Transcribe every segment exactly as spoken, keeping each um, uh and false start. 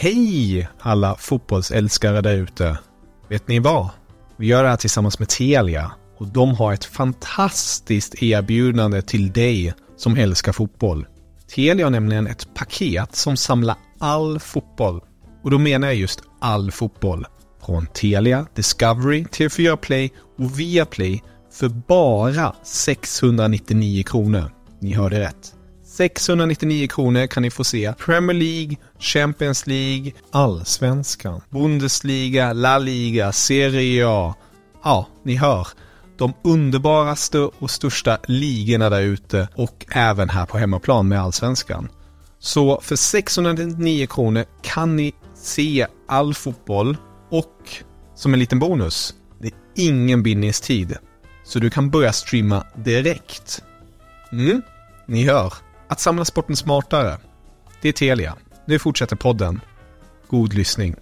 Hej alla fotbollsälskare där ute. Vet ni vad? Vi gör det här tillsammans med Telia och de har ett fantastiskt erbjudande till dig som älskar fotboll. Telia har nämligen ett paket som samlar all fotboll. Och då menar jag just all fotboll. Från Telia, Discovery, T fyra Play och Viaplay för bara sexhundranittionio kronor. Ni hörde rätt. sexhundranittionio kronor kan ni få se Premier League, Champions League, Allsvenskan, Bundesliga, La Liga, Serie A. Ja, ni hör. De underbaraste och största ligorna där ute och även här på hemmaplan med Allsvenskan. Så för sexhundranittionio kronor kan ni se all fotboll och som en liten bonus, det är ingen bindningstid. Så du kan börja streama direkt. Mm, ni hör. Att samla sporten smartare. Det är Telia. Nu fortsätter podden. God lyssning.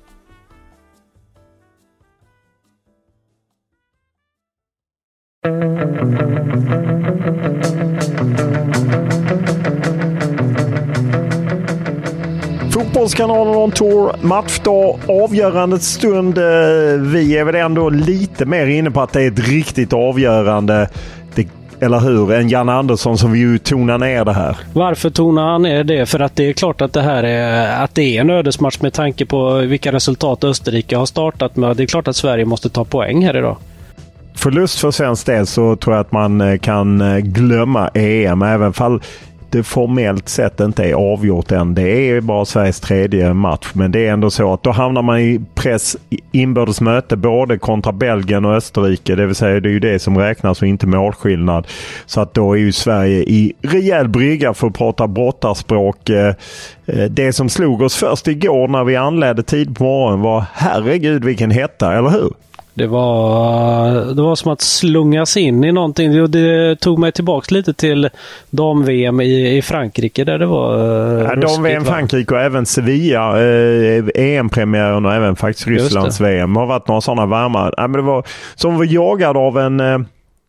Fotbollskanalen on tour, matchdag, avgörande stund. Vi är väl ändå lite mer inne på att det är ett riktigt avgörande, det, eller hur? En Jan Andersson som vi ju tonar ner det här. Varför tonar han ner det? För att det är klart att det här är, att det är en ödesmatch med tanke på vilka resultat Österrike har startat med. Det är klart att Sverige måste ta poäng här idag. Förlust för svensk del så tror jag att man kan glömma E M, även fall det formellt sett inte är avgjort än. Det är bara Sveriges tredje match, men det är ändå så att då hamnar man i press inbördes möte både kontra Belgien och Österrike. Det vill säga det är ju det som räknas och inte målskillnad. Så att då är ju Sverige i rejäl brygga för att prata brottarspråk. Det som slog oss först igår när vi anlände tid på morgonen var herregud vilken hetta, eller hur? Det var, det var som att slungas in i någonting. Det, det tog mig tillbaka lite till dam-V M i, i Frankrike där det var ja, dam-V M Frankrike och även Sevilla, eh, E M-premiären och även faktiskt Rysslands V M har varit några sådana varma. Ja, men det var som var jagad av en eh,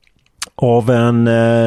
av en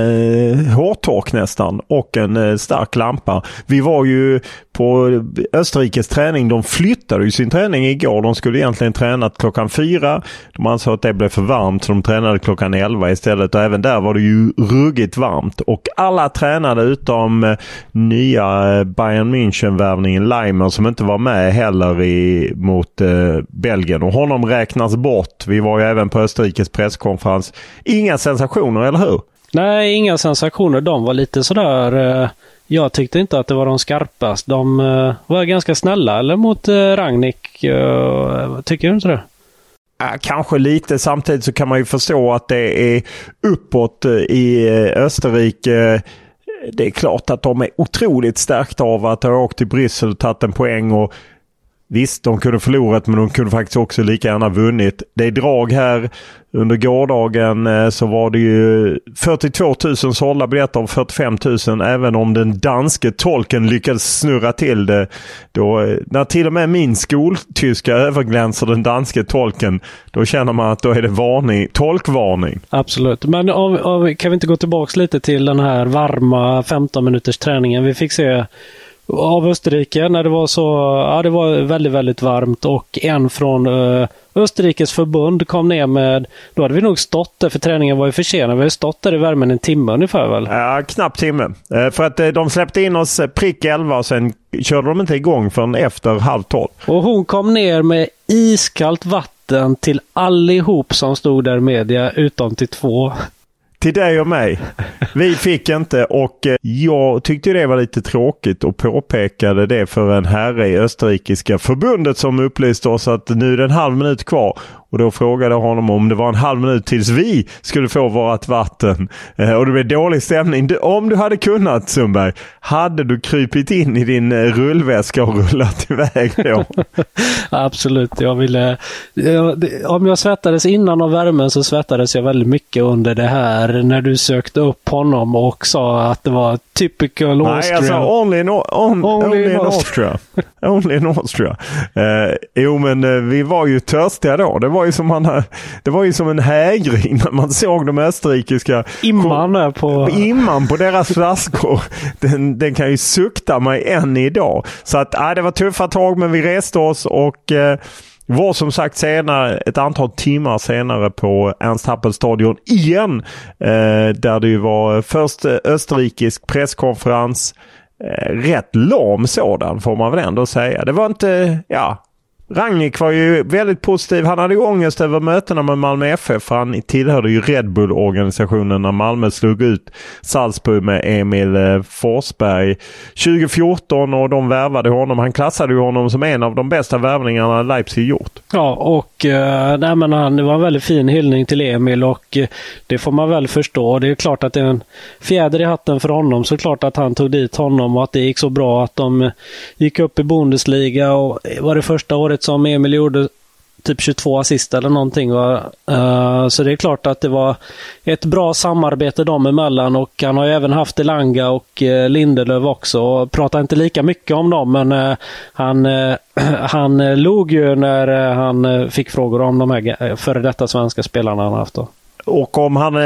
eh, hårtork nästan och en eh, stark lampa. Vi var ju på Österrikes träning. De flyttade ju sin träning igår. De skulle egentligen tränat klockan fyra. De ansåg att det blev för varmt så de tränade klockan elva istället. Och även där var det ju ruggigt varmt. Och alla tränade utom eh, nya Bayern München-värvningen Leimer som inte var med heller i, mot eh, Belgien. Och honom räknas bort. Vi var ju även på Österrikes presskonferens. Inga sensationer, eller hur? Nej, inga sensationer. De var lite sådär... Eh... Jag tyckte inte att det var de skarpast. De uh, var ganska snälla eller mot uh, Rangnick. Uh, tycker du inte det? Äh, kanske lite. Samtidigt så kan man ju förstå att det är uppåt i Österrike. Det är klart att de är otroligt stärkta av att ha åkt till Bryssel och tagit en poäng. Och visst, de kunde förlorat men de kunde faktiskt också lika gärna vunnit. Det är drag här. Under gårdagen så var det ju fyrtiotvå tusen sålda biljetter av fyrtiofem tusen, även om den danske tolken lyckades snurra till det. Då, när till och med min skoltyska överglänser den danske tolken, då känner man att då är det varning, tolkvarning. Absolut, men om, om, kan vi inte gå tillbaka lite till den här varma femton minuters träningen vi fick se av Österrike när det var så, ja det var väldigt väldigt varmt och en från uh, Österrikes förbund kom ner med, då hade vi nog stått där för träningen var ju försenad, vi hade stått där i värmen en timme ungefär väl? Ja, knappt timme. Uh, för att uh, de släppte in oss prick elva och sen körde de inte igång förrän efter halv tolv. Och hon kom ner med iskallt vatten till allihop som stod där media utom till två. Till dig och mig. Vi fick inte och jag tyckte det var lite tråkigt och påpekade det för en herre i Österrikiska förbundet som upplyste oss att nu är det en halv minut kvar. Och då frågade jag honom om det var en halv minut tills vi skulle få vårt vatten. Eh, och det blev dålig stämning. Du, om du hade kunnat, Sundberg, hade du krypit in i din eh, rullväska och rullat iväg då? Absolut. Jag ville, jag, om jag svettades innan av värmen så svettades jag väldigt mycket under det här när du sökte upp honom och sa att det var typical Austria. Nej, alltså only in, on, only only in Austria. Only in Austria. Eh, jo, men eh, vi var ju törstiga då. Det var var ju som man, det var ju som en hägring när man såg de österrikiska imman på imman på deras flaskor. Den, den kan ju sukta mig än idag. Så att äh, det var tuffa tag, men vi reste oss och eh, var som sagt senare, ett antal timmar senare på Ernst Happel stadion igen, eh, där det ju var först österrikisk presskonferens, eh, rätt lam sådan får man väl ändå säga. Det var inte, ja, Rangnick var ju väldigt positiv. Han hade ju ångest över mötena med Malmö F F. Han tillhörde ju Red Bull-organisationen när Malmö slog ut Salzburg med Emil Forsberg tjugo fjorton och de värvade honom. Han klassade ju honom som en av de bästa värvningarna Leipzig gjort. Ja, och äh, nej, men han, det var en väldigt fin hyllning till Emil och äh, det får man väl förstå. Det är klart att det är en fjäder i hatten för honom. Så klart att han tog dit honom och att det gick så bra att de gick upp i Bundesliga och var det första året som Emil gjorde typ tjugotvå assist eller någonting. Uh, så det är klart att det var ett bra samarbete dem emellan och han har ju även haft Elanga och uh, Lindelöf också och pratar inte lika mycket om dem, men uh, han, uh, han log ju när uh, han uh, fick frågor om de här före detta svenska spelarna han haft då. Och om han,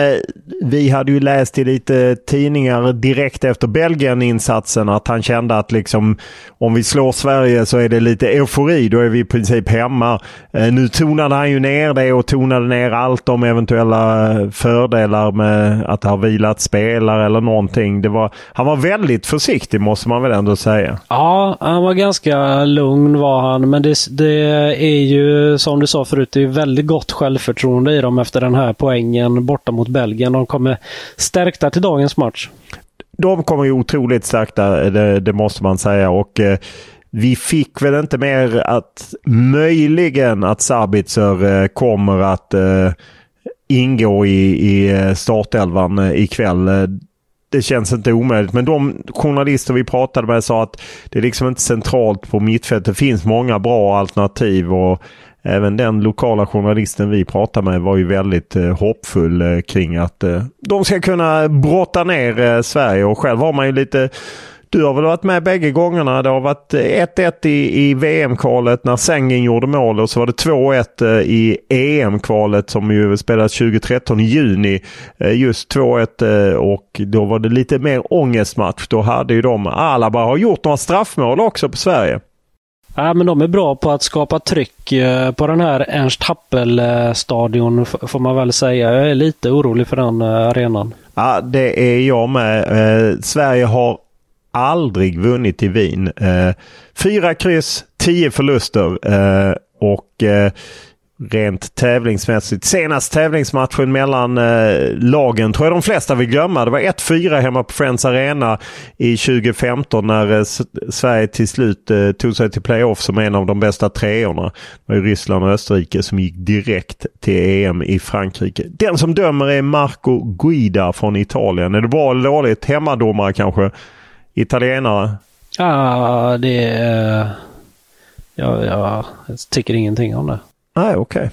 vi hade ju läst i lite tidningar direkt efter Belgien-insatsen att han kände att liksom, om vi slår Sverige så är det lite eufori, då är vi i princip hemma. Nu tonade han ju ner det och tonade ner allt om eventuella fördelar med att ha vilat spelare eller någonting. Det var, han var väldigt försiktig, måste man väl ändå säga. Ja, han var ganska lugn var han, men det, det är ju som du sa förut, det är väldigt gott självförtroende i dem efter den här poängen borta mot Belgien. De kommer stärkta till dagens match. De kommer ju otroligt stärkta, det, det måste man säga. Och eh, vi fick väl inte mer att möjligen att Sabitzer eh, kommer att eh, ingå i, i startelvan eh, ikväll. Det känns inte omöjligt. Men de journalister vi pratade med sa att det är liksom inte centralt på mittfältet. Det finns många bra alternativ och även den lokala journalisten vi pratade med var ju väldigt eh, hoppfull eh, kring att eh, de ska kunna brotta ner eh, Sverige. Och själv har man ju lite, du har väl varit med bägge gångerna. Det har varit ett ett i, i V M-kvalet när Sengen gjorde mål och så var det två ett eh, i E M-kvalet som ju spelades tjugo tretton i juni. Eh, just två ett eh, och då var det lite mer ångestmatch. Då hade ju de, Alaba har gjort några straffmål också på Sverige. Ja, men de är bra på att skapa tryck på den här Ernst Happel-stadion får man väl säga. Jag är lite orolig för den arenan. Ja, det är jag med. Eh, Sverige har aldrig vunnit i Wien. Eh, fyra kryss, tio förluster eh, och eh, rent tävlingsmässigt. Senast tävlingsmatchen mellan eh, lagen tror jag de flesta vill glömma. Det var ett fyra hemma på Friends Arena i tjugo femton när eh, Sverige till slut eh, tog sig till playoff som en av de bästa treorna. Det var ju Ryssland och Österrike som gick direkt till E M i Frankrike. Den som dömer är Marco Guida från Italien. Är det bra eller dåligt? Hemmadomare kanske? Italienare? Ja, det är... Ja, ja, jag tycker ingenting om det. Ah, okay.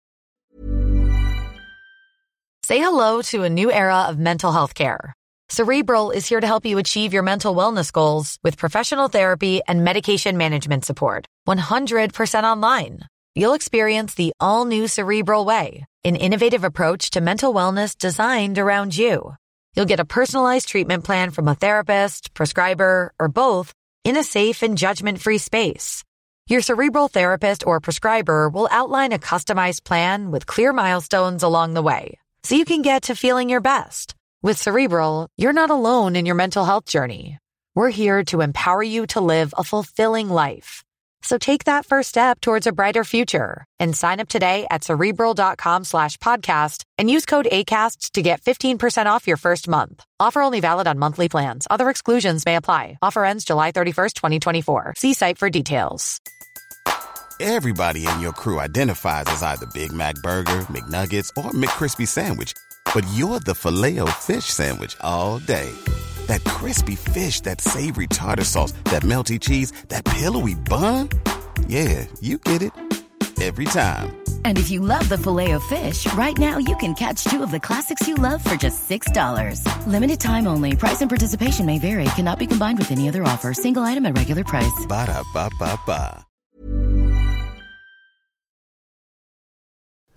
Say hello to a new era of mental health care. Cerebral is here to help you achieve your mental wellness goals with professional therapy and medication management support. one hundred percent online. You'll experience the all-new Cerebral Way, an innovative approach to mental wellness designed around you. You'll get a personalized treatment plan from a therapist, prescriber, or both in a safe and judgment-free space. Your Cerebral therapist or prescriber will outline a customized plan with clear milestones along the way, so you can get to feeling your best. With Cerebral, you're not alone in your mental health journey. We're here to empower you to live a fulfilling life. So take that first step towards a brighter future and sign up today at Cerebral.com slash podcast and use code ACAST to get fifteen percent off your first month. Offer only valid on monthly plans. Other exclusions may apply. Offer ends July thirty-first, twenty twenty-four. See site for details. Everybody in your crew identifies as either Big Mac Burger, McNuggets, or McCrispy Sandwich. But you're the Filet-O-Fish Sandwich all day. That crispy fish, that savory tartar sauce, that melty cheese, that pillowy bun. Yeah, you get it. Every time. And if you love the Filet-O-Fish, right now you can catch two of the classics you love for just six dollars. Limited time only. Price and participation may vary. Cannot be combined with any other offer. Single item at regular price. Ba-da-ba-ba-ba.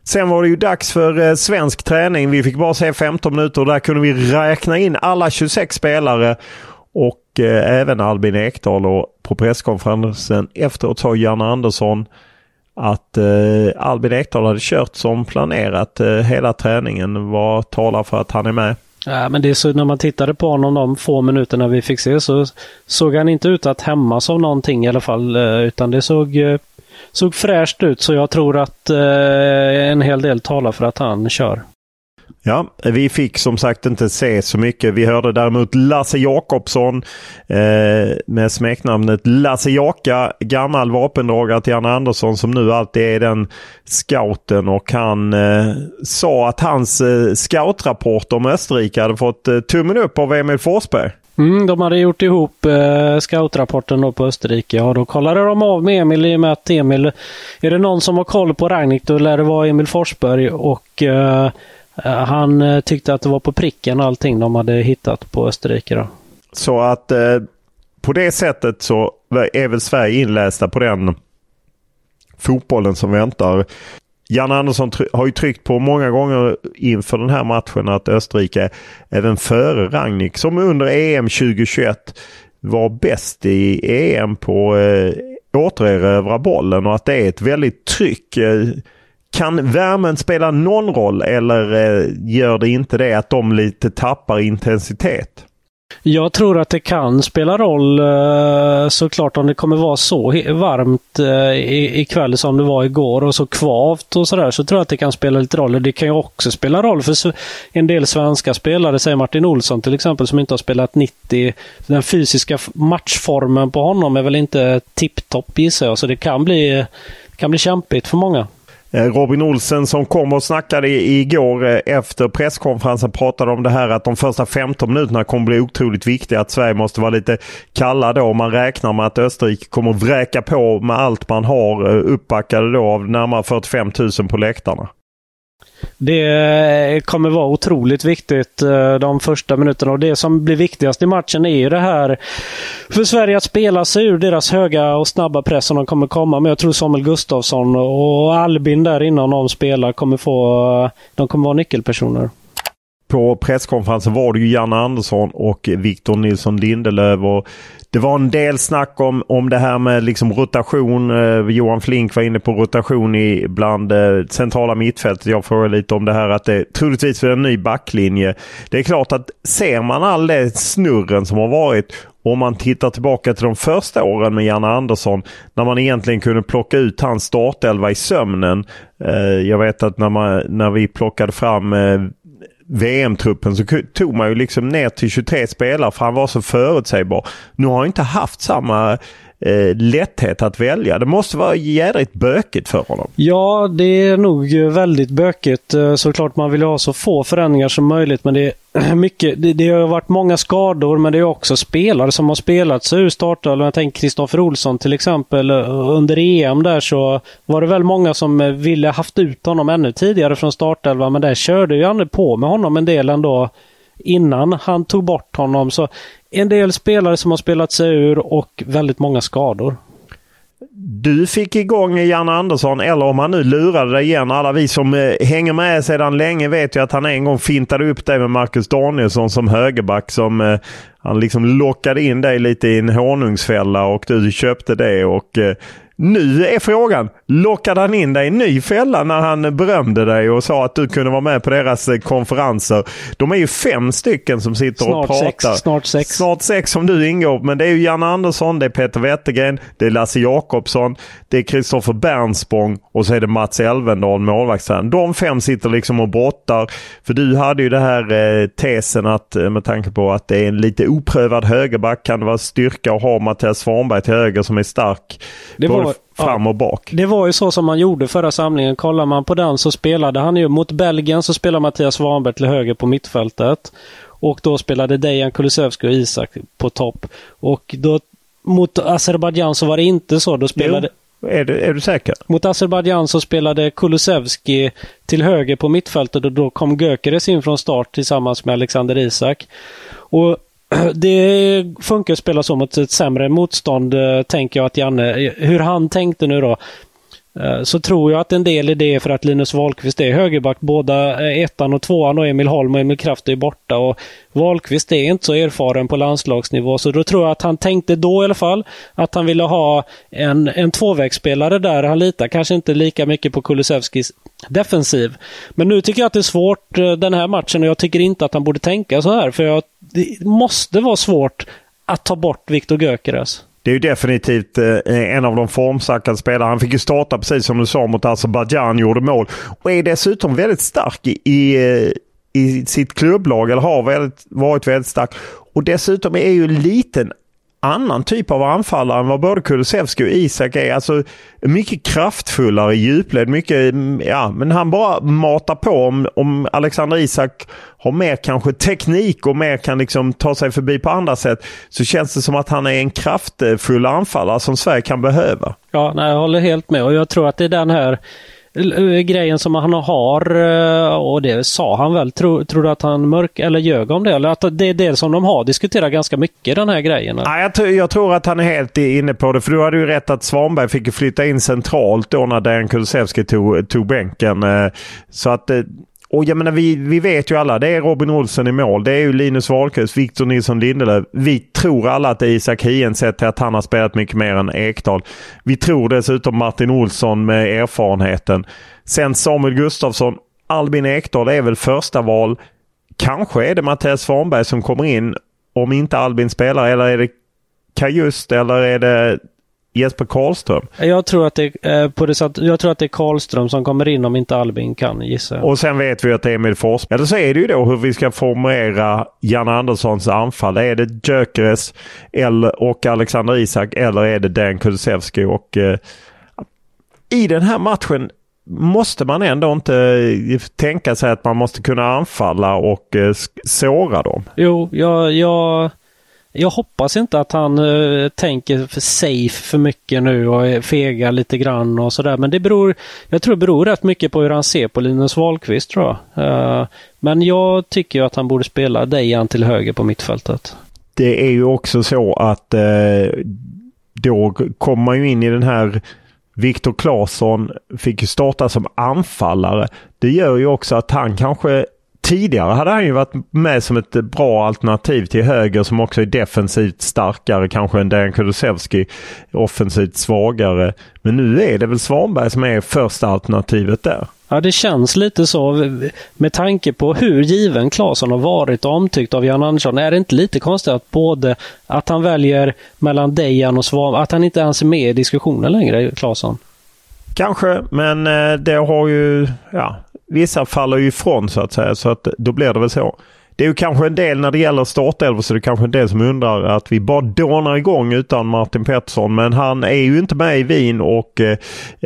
Sen var det ju dags för eh, svensk träning. Vi fick bara se femton minuter och där kunde vi räkna in alla tjugosex spelare och eh, även Albin Ekdal. Och på presskonferensen efteråt sa Janne Andersson att eh, Albin Ekdal hade kört som planerat eh, hela träningen. Vad talar för att han är med? Ja, men det är så när man tittade på honom de få minuterna vi fick se så såg han inte ut att hämmas av någonting i alla fall, utan det såg, såg fräscht ut, så jag tror att eh, en hel del talar för att han kör. Ja, vi fick som sagt inte se så mycket. Vi hörde däremot Lasse Jakobsson eh, med smeknamnet Lasse Jaka, gammal vapendragare till Janne Andersson som nu alltid är den scouten, och han eh, sa att hans eh, scoutrapport om Österrike hade fått eh, tummen upp av Emil Forsberg. Mm, de hade gjort ihop eh, scoutrapporten då på Österrike, och då kollade de av med Emil i och med att Emil, är det någon som har koll på Rangnick då lär det vara Emil Forsberg, och eh, han tyckte att det var på pricken allting de hade hittat på Österrike då. Så att eh, på det sättet så är väl Sverige inlästa på den fotbollen som väntar. Janne Andersson try- har ju tryckt på många gånger inför den här matchen att Österrike även före Rangnick, som under E M tjugohundratjugoett var bäst i E M på eh, återerövra bollen, och att det är ett väldigt tryck. Eh, Kan värmen spela någon roll, eller eh, gör det inte det att de lite tappar intensitet? Jag tror att det kan spela roll eh, såklart om det kommer vara så he- varmt eh, ikväll som det var igår och så kvavt och sådär, så tror jag att det kan spela lite roll. Det kan ju också spela roll för en del svenska spelare, säger Martin Olsson till exempel, som inte har spelat nittio. Den fysiska matchformen på honom är väl inte tipptopp i sig, så det kan bli, kan bli kämpigt för många. Robin Olsen som kom och snackade igår efter presskonferensen pratade om det här att de första femton minuterna kommer bli otroligt viktiga, att Sverige måste vara lite kalla då. Man räknar med att Österrike kommer att vräka på med allt man har, uppbackade då av närmare fyrtiofem tusen på läktarna. Det kommer vara otroligt viktigt de första minuterna, och det som blir viktigast i matchen är ju det här för Sverige att spela sig ur deras höga och snabba press som de kommer komma med. Jag tror Samuel Gustafsson och Albin där innan de spelar kommer få, de kommer vara nyckelpersoner. På presskonferensen var det ju Janne Andersson och Victor Nilsson Lindelöf, och det var en del snack om, om det här med liksom rotation. Eh, Johan Flink var inne på rotation i bland eh, centrala mittfältet. Jag frågade lite om det här att det troligtvis är en ny backlinje. Det är klart att ser man all det snurren som har varit, om man tittar tillbaka till de första åren med Janne Andersson, när man egentligen kunde plocka ut hans startelva i sömnen. Eh, jag vet att när, man, när vi plockade fram eh, V M-truppen så tog man ju liksom ner till tjugotre spelare för han var så förutsägbar. Nu har han inte haft samma eh, lätthet att välja. Det måste vara jädrigt bökigt för honom. Ja, det är nog väldigt bökigt. Såklart man vill ha så få förändringar som möjligt, men det är mycket, det, det har varit många skador, men det är också spelare som har spelat sig ur startelvan. Jag tänker Kristoffer Olsson till exempel. Under E M där så var det väl många som ville haft ut honom ännu tidigare från startelvan, men där körde ju Janne på med honom en del ändå innan han tog bort honom. Så en del spelare som har spelat sig ur och väldigt många skador. Du fick igång Janne Andersson, eller om han nu lurade dig igen. Alla vi som eh, hänger med sedan länge vet ju att han en gång fintade upp dig med Marcus Danielsson som högerback, som eh, han liksom lockade in dig lite i en honungsfälla och du köpte det, och eh, nu är frågan, lockade han in dig i en ny fälla när han berömde dig och sa att du kunde vara med på deras konferenser? De är ju fem stycken som sitter snart och pratar. Sex, snart sex. Snart sex som du ingår. Men det är ju Janne Andersson, det är Peter Wettergren, det är Lasse Jakobsson, det är Kristoffer Bernspång och så är det Mats Elvendal, målvaktstränaren. De fem sitter liksom och brottar. För du hade ju det här eh, tesen att med tanke på att det är en lite oprövad högerback kan det vara styrka att ha Mattias Svanberg till höger som är stark. Det var fram och bak. Det var ju så som man gjorde förra samlingen. Kollar man på den så spelade han ju mot Belgien, så spelade Mattias Svanberg till höger på mittfältet. Och då spelade Dejan Kulusevski och Isak på topp. Och då mot Azerbaijan så var det inte så. Då spelade... Jo, är, du, är du säker? Mot Azerbaijan så spelade Kulusevski till höger på mittfältet, och då kom Gökeres in från start tillsammans med Alexander Isak. Och det funkar att spela så mot ett sämre motstånd, tänker jag att Janne, hur han tänkte nu då. så tror jag att en del i det är för att Linus Wahlqvist är högerback. Båda ettan och tvåan och Emil Holm och Emil Kraft är borta. Och Wahlqvist är inte så erfaren på landslagsnivå. Så då tror jag att han tänkte då i alla fall att han ville ha en, en tvåvägsspelare där. Han litar kanske inte lika mycket på Kulusevskis defensiv. Men nu tycker jag att det är svårt den här matchen. Och jag tycker inte att han borde tänka så här. För jag, det måste vara svårt att ta bort Viktor Gyökeres. Det är ju definitivt eh, en av de formstarka spelarna. Han fick ju starta precis som du sa mot Azerbaijan, gjorde mål. Och är dessutom väldigt stark i, i, i sitt klubblag, eller har väldigt, varit väldigt stark. Och dessutom är ju en liten annan typ av anfallare än vad både Kulusevski och Isak är. Alltså mycket kraftfullare i djupled. Mycket, ja, men han bara matar på. Om, om Alexander Isak har mer kanske teknik och mer kan liksom ta sig förbi på andra sätt, så känns det som att han är en kraftfull anfallare som Sverige kan behöva. Ja, nej, jag håller helt med. Och jag tror att det är den här grejen som han har, och det sa han väl, tror, tror du att han mörk eller ljög om det, eller att det är det som de har diskuterat ganska mycket, den här grejen? Ja, jag, t- jag tror att han är helt inne på det, för du hade ju rätt att Svanberg fick flytta in centralt då när Dejan Kulusevski tog, tog bänken, så att, och jag menar, vi, vi vet ju alla, det är Robin Olsen i mål, det är ju Linus Wahlqvist, Victor Nilsson Lindelöf. Vi tror alla att det är Isak Hien, sett till att han har spelat mycket mer än Ekdal. Vi tror dessutom Martin Olsson med erfarenheten. Sen Samuel Gustafsson, Albin Ekdal är väl första val. Kanske är det Mattias Svanberg som kommer in om inte Albin spelar, eller är det Kajust, eller är det Jesper Karlström? Jag tror att det är på det sätt, jag tror att det är Karlström som kommer in om inte Albin kan, gissa. Och sen vet vi att det är Emil Forsberg. Eller så är det ju då hur vi ska formera Jan Anderssons anfall. Är det Gyökeres eller och Alexander Isak, eller är det Dan Kulusevski? Och eh, i den här matchen måste man ändå inte tänka sig att man måste kunna anfalla och eh, såra dem. Jo, jag... jag... Jag hoppas inte att han uh, tänker för safe för mycket nu och fegar lite grann och sådär. Men det beror, jag tror det beror rätt mycket på hur han ser på Linus Wahlqvist, tror jag. Uh, men jag tycker ju att han borde spela Dejan till höger på mittfältet. Det är ju också så att uh, då kommer man ju in i den här, Viktor Claesson fick ju starta som anfallare. Det gör ju också att han kanske, tidigare hade han ju varit med som ett bra alternativ till höger, som också är defensivt starkare kanske än Dejan Kulusevski, offensivt svagare. Men nu är det väl Svanberg som är första alternativet där. Ja, det känns lite så med tanke på hur given Claesson har varit och omtyckt av Jan Andersson. Är det inte lite konstigt att både att han väljer mellan Dejan och Svanberg, att han inte ens är med i diskussionen längre, Claesson? Kanske, men det har ju, ja, vissa faller ju ifrån så att säga, så att då blir det väl så. Det är ju kanske en del när det gäller startelvor, så det är kanske en del som undrar att vi bara dånar igång utan Martin Pettersson, men han är ju inte med i Wien och eh,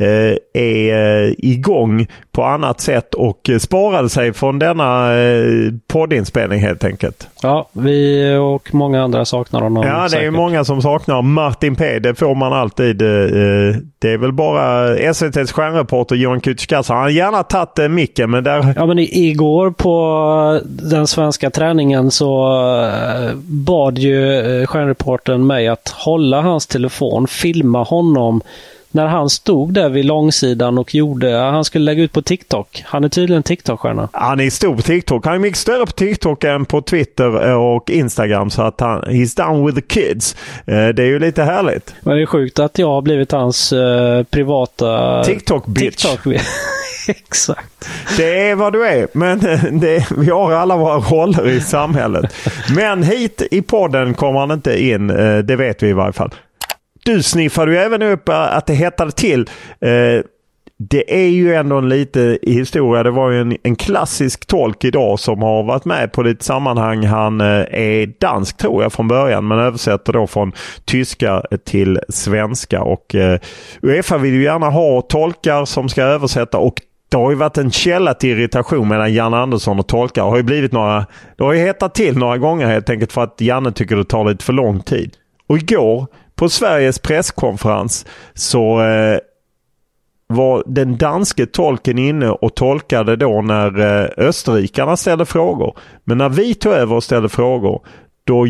är eh, igång på annat sätt och sparade sig från denna eh, poddinspelning helt enkelt. Ja, vi och många andra saknar honom. Ja, det är säkert. ju många som saknar Martin P. Det får man alltid. Eh, det är väl bara S V T:s stjärnreporter Johan Kücükasa. Han har gärna tagit eh, micken, men där... Ja, men igår på den svenska träningen så uh, bad ju uh, stjärnreportern mig att hålla hans telefon, filma honom när han stod där vid långsidan och gjorde, han skulle lägga ut på TikTok. Han är tydligen TikTok-stjärna. Han är stor på TikTok. Han är mycket större på TikTok än på Twitter och Instagram, så att han, he's down with the kids. Eh, det är ju lite härligt. Men det är sjukt att jag har blivit hans uh, privata TikTok-bitch. TikTok. Exakt. Det är vad du är, men det, vi har alla våra roller i samhället. Men hit i podden kommer han inte in, eh, det vet vi i varje fall. Du sniffade ju även upp att det hettade till. Eh, det är ju ändå en lite i historia. Det var ju en, en klassisk tolk idag som har varit med på lite sammanhang. Han eh, är dansk tror jag från början, men översätter då från tyska till svenska. Och eh, UEFA vill ju gärna ha tolkar som ska översätta, och det har ju varit en källa till irritation mellan Janne Andersson och tolkar. Det har ju blivit några, det har ju hettat till några gånger helt enkelt för att Janne tycker det tar lite för lång tid. Och igår på Sveriges presskonferens så eh, var den danske tolken inne och tolkade då när eh, österrikarna ställde frågor. Men när vi tog över och ställde frågor, då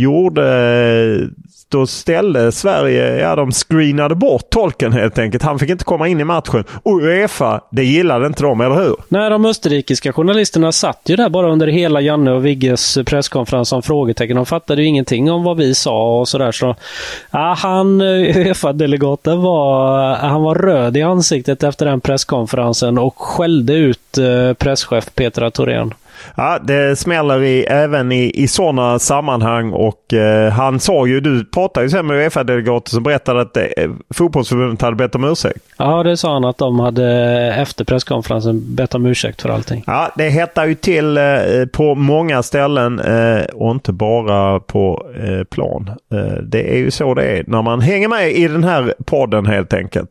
gjorde då ställde Sverige, ja de screenade bort tolken helt enkelt. Han fick inte komma in i matchen. Och UEFA, det gillade inte de, eller hur? Nej, de österrikiska journalisterna satt ju där bara under hela Janne och Vigges presskonferens som frågetecken. De fattade ju ingenting om vad vi sa och sådär. Så, ja, han, UEFA-delegaten var, han var röd i ansiktet efter den presskonferensen och skällde ut eh, presschef Petra Thorén. Ja, det smäller i, även i, i sådana sammanhang och eh, han sa ju, du pratade ju sen med UEFA-delegater som berättade att eh, fotbollsförbundet hade bett om ursäkt. Ja, det sa han att de hade efter presskonferensen bett om ursäkt för allting. Ja, det hettar ju till eh, på många ställen eh, och inte bara på eh, plan. Eh, det är ju så det är när man hänger med i den här podden helt enkelt.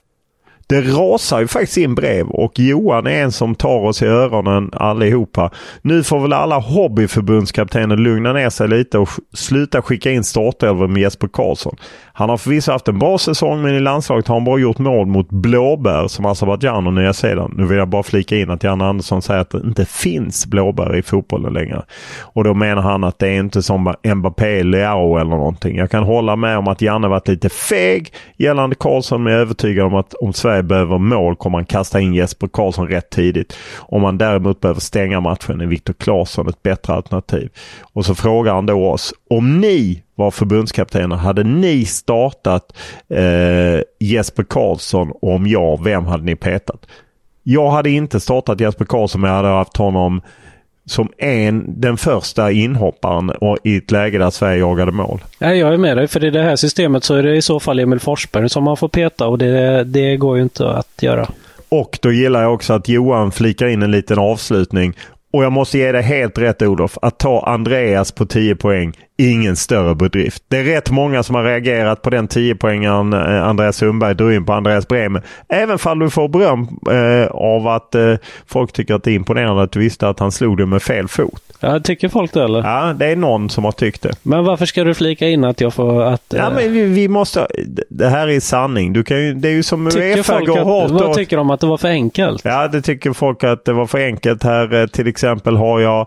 Det rasar ju faktiskt in brev och Johan är en som tar oss i öronen allihopa. Nu får väl alla hobbyförbundskaptener lugna ner sig lite och sluta skicka in startelver med Jesper Karlsson. Han har förvisso haft en bra säsong, men i landslaget har han bara gjort mål mot blåbär som Azerbaijan och Nya Zeeland. Nu vill jag bara flika in att Jan Andersson säger att det inte finns blåbär i fotbollen längre. Och då menar han att det är inte som Mbappé, Leao eller någonting. Jag kan hålla med om att Janne varit lite feg gällande Karlsson, men jag är övertygad om att om Sverige behöver mål kommer man kasta in Jesper Karlsson rätt tidigt. Om man däremot behöver stänga matchen är Viktor Claesson ett bättre alternativ. Och så frågar han då oss, om ni var förbundskaptener, hade ni startat eh, Jesper Karlsson, och om ja, vem hade ni petat? Jag hade inte startat Jesper Karlsson, men jag hade haft honom som en, den första inhopparen och i ett läge där Sverige jagade mål. Ja, jag är med dig, för i det här systemet så är det i så fall Emil Forsberg som man får peta, och det, det går ju inte att göra. Och då gillar jag också att Johan flikar in en liten avslutning. Och jag måste ge dig helt rätt, Olof, att ta Andreas på tio poäng, ingen större bedrift. Det är rätt många som har reagerat på den tio poängen Andreas Sundberg drog in på Andreas Bremer. Även fall du får beröm eh, av att eh, folk tycker att det är imponerande att du visste att han slog det med fel fot. Ja, tycker folk det, eller? Ja, det är någon som har tyckt det. Men varför ska du flika in att jag får... Att, ja, men vi, vi måste... Det här är sanning. Du kan ju, det är ju som UEFA går hårt. Vad tycker de att det var för enkelt? Ja, det tycker folk att det var för enkelt. Här till exempel har jag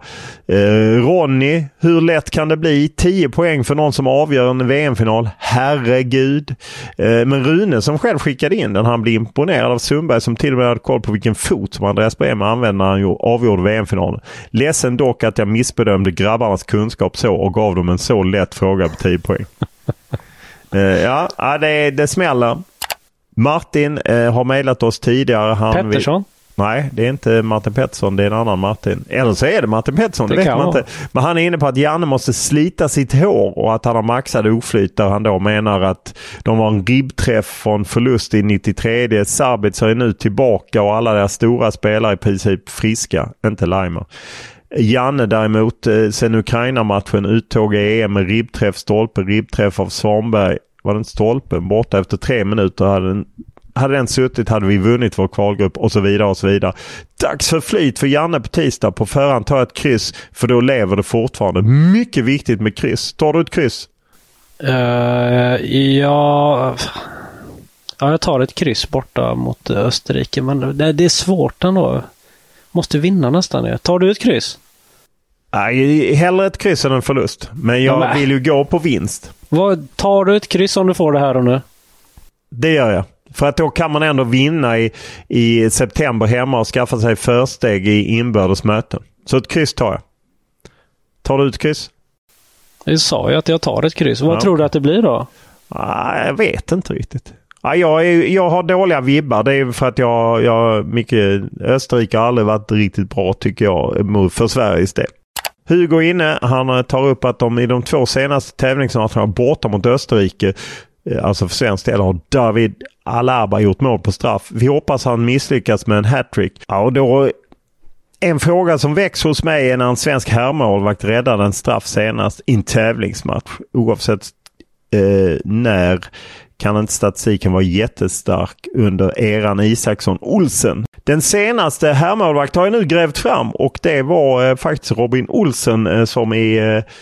eh, Ronny. Hur lätt kan det bli? tio poäng för någon som avgör en V M-final. Herregud. Eh, men Rune som själv skickade in den, han blir imponerad av Sundberg som till och med hade koll på vilken fot som Andreas Bremer använde när han avgjorde V M-finalen. Ledsen dock att jag missbedömde grabbarnas kunskap så och gav dem en så lätt fråga på tio poäng. uh, ja, det, det smäller. Martin uh, har mejlat oss tidigare. Han Pettersson? Vill... Nej, det är inte Martin Pettersson, det är en annan Martin. Eller så är det Martin Pettersson, det, det vet man inte. Men han är inne på att Janne måste slita sitt hår och att han har maxad oflyt, där han då menar att de var en ribbträff från förlust i nittiotre. Sabitzer är nu tillbaka och alla deras stora spelare i princip friska, inte Leimer. Janne däremot, sen Ukraina-matchen uttåg i E M med ribbträff, stolpe, ribbträff av Svanberg. Var den stolpen borta efter tre minuter? Hade den, hade den suttit hade vi vunnit vår kvalgrupp och så vidare och så vidare. Dags för flyt för Janne på tisdag. På förhand tar ett kryss, för då lever det fortfarande. Mycket viktigt med kryss. Tar du ett kryss? Uh, ja... ja, jag tar ett kryss borta mot Österrike, men det, det är svårt ändå. Måste vinna nästan. Ja. Tar du ett kryss? Nej, hellre ett kryss än en förlust. Men jag ja, men... vill ju gå på vinst. Vad, tar du ett kryss om du får det här och nu? Det gör jag. För att då kan man ändå vinna i, i september hemma och skaffa sig försteg i inbördes möten. Så ett kryss tar jag. Tar du ett kryss? Jag sa ju att jag tar ett kryss. Vad ja. tror du att det blir då? Nej, jag vet inte riktigt. Ja, jag, är, jag har dåliga vibbar. Det är för att jag, jag mycket Österrike har aldrig varit riktigt bra, tycker jag, för Sveriges del. Hugo inne, han tar upp att de i de två senaste tävlingsmatcherna borta mot Österrike, alltså för svensk del, har David Alaba gjort mål på straff. Vi hoppas han misslyckas med en hattrick. Ja, och då en fråga som väcks hos mig är när en svensk herrmålvakt räddade en straff senast i en tävlingsmatch. Oavsett eh, när kan inte statistiken vara jättestark under eran Isaksson-Olsen. Den senaste herrmålvakt har jag nu grävt fram och det var eh, faktiskt Robin Olsen eh, som är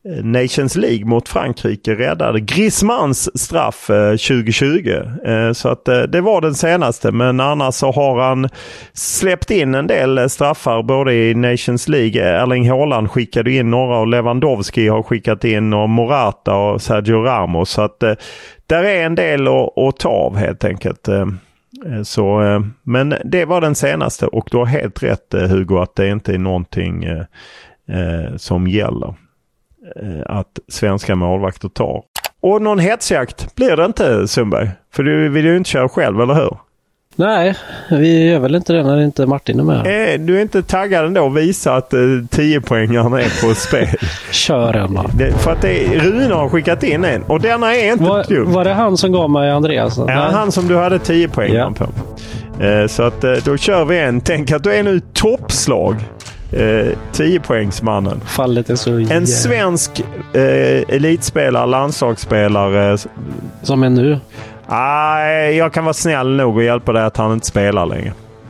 Nations League mot Frankrike räddade Griezmanns straff eh, tjugo tjugo. Eh, så att eh, det var den senaste, men annars så har han släppt in en del straffar både i Nations League. Erling Haaland skickade in några och Lewandowski har skickat in och Morata och Sergio Ramos. Så att eh, där är en del att, att ta av helt enkelt. Eh, så, eh, men det var den senaste och du har helt rätt eh, Hugo att det inte är någonting eh, eh, som gäller. Att svenska målvakter tar. Och någon hetsjakt blir det inte, Sundberg. För du vill ju inte köra själv, eller hur? Nej, vi gör väl inte det när inte Martin är med. Eh, du är inte taggad ändå att visa att eh, tio poängarna är på spel. Kör Emma. Det, för att det är, Rune har skickat in en. Och denna är inte var, dum. Var det han som gav mig Andreas? Ja, Nej. han som du hade tio poäng ja. på. Eh, så att eh, då kör vi en. Tänk att du är nu toppslag. Eh, tio poängsmannen. Fallet är så en jävla. svensk eh, elitspelare, landslagsspelare. Som är nu? Nej, jag kan vara snäll nog och hjälpa dig att han inte spelar längre.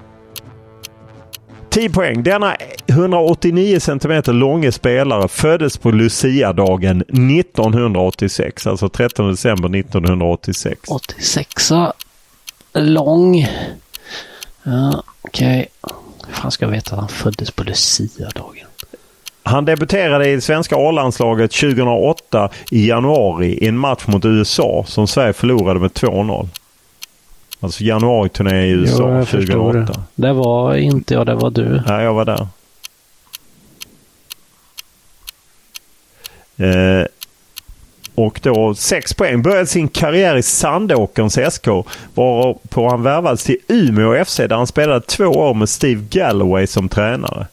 tio poäng. Denna hundraåttionio centimeter långa spelare föddes på Lucia-dagen nittonhundraåttiosex. Alltså trettonde december nittonhundraåttiosex. åttiosex lång. Ja, okej. Okay. Hur fan ska jag veta att han föddes på Lucia-dagen? Han debuterade i det svenska A-landslaget tjugohundraåtta i januari i en match mot U S A som Sverige förlorade med två noll. Alltså januari-turné i U S A jo, tjugohundraåtta. Det. det var inte jag, det var du. Ja, jag var där. Eh, och då sex poäng. Började sin karriär i Sandåkerns S K varpå han värvades till Umeå F C där han spelade två år med Steve Galloway som tränare.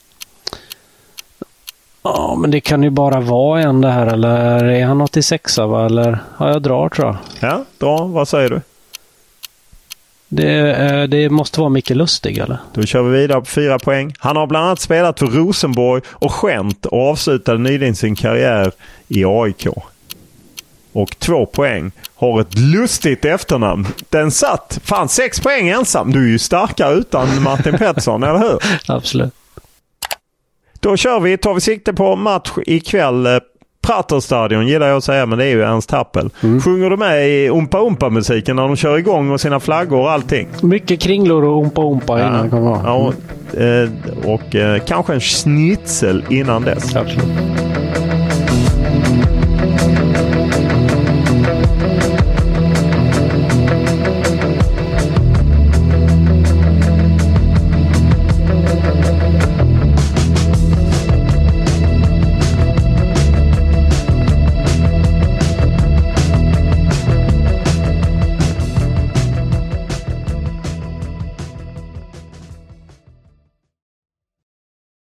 Ja, men det kan ju bara vara en det här, eller är han åttiosex va? Eller ja, jag drar tror jag. Ja, dra. Vad säger du? Det, det måste vara Micke Lustig, eller? Då kör vi vidare på fyra poäng. Han har bland annat spelat för Rosenborg och Gent och avslutade nyligen sin karriär i A I K. Och två poäng. Har ett lustigt efternamn. Den satt. Fan, sex poäng ensam. Du är ju starkare utan Martin Pettersson, eller hur? Absolut. Då kör vi. Tar vi sikte på match ikväll. Praterstadion gillar jag att säga, men det är ju Ernst Happel. Mm. Sjunger du med i Umpa Umpa-musiken när de kör igång och sina flaggor och allting? Mycket kringlor och Umpa Umpa ja. innan det kommer vara. Ja, och, och, och kanske en schnitzel innan dess. Absolut.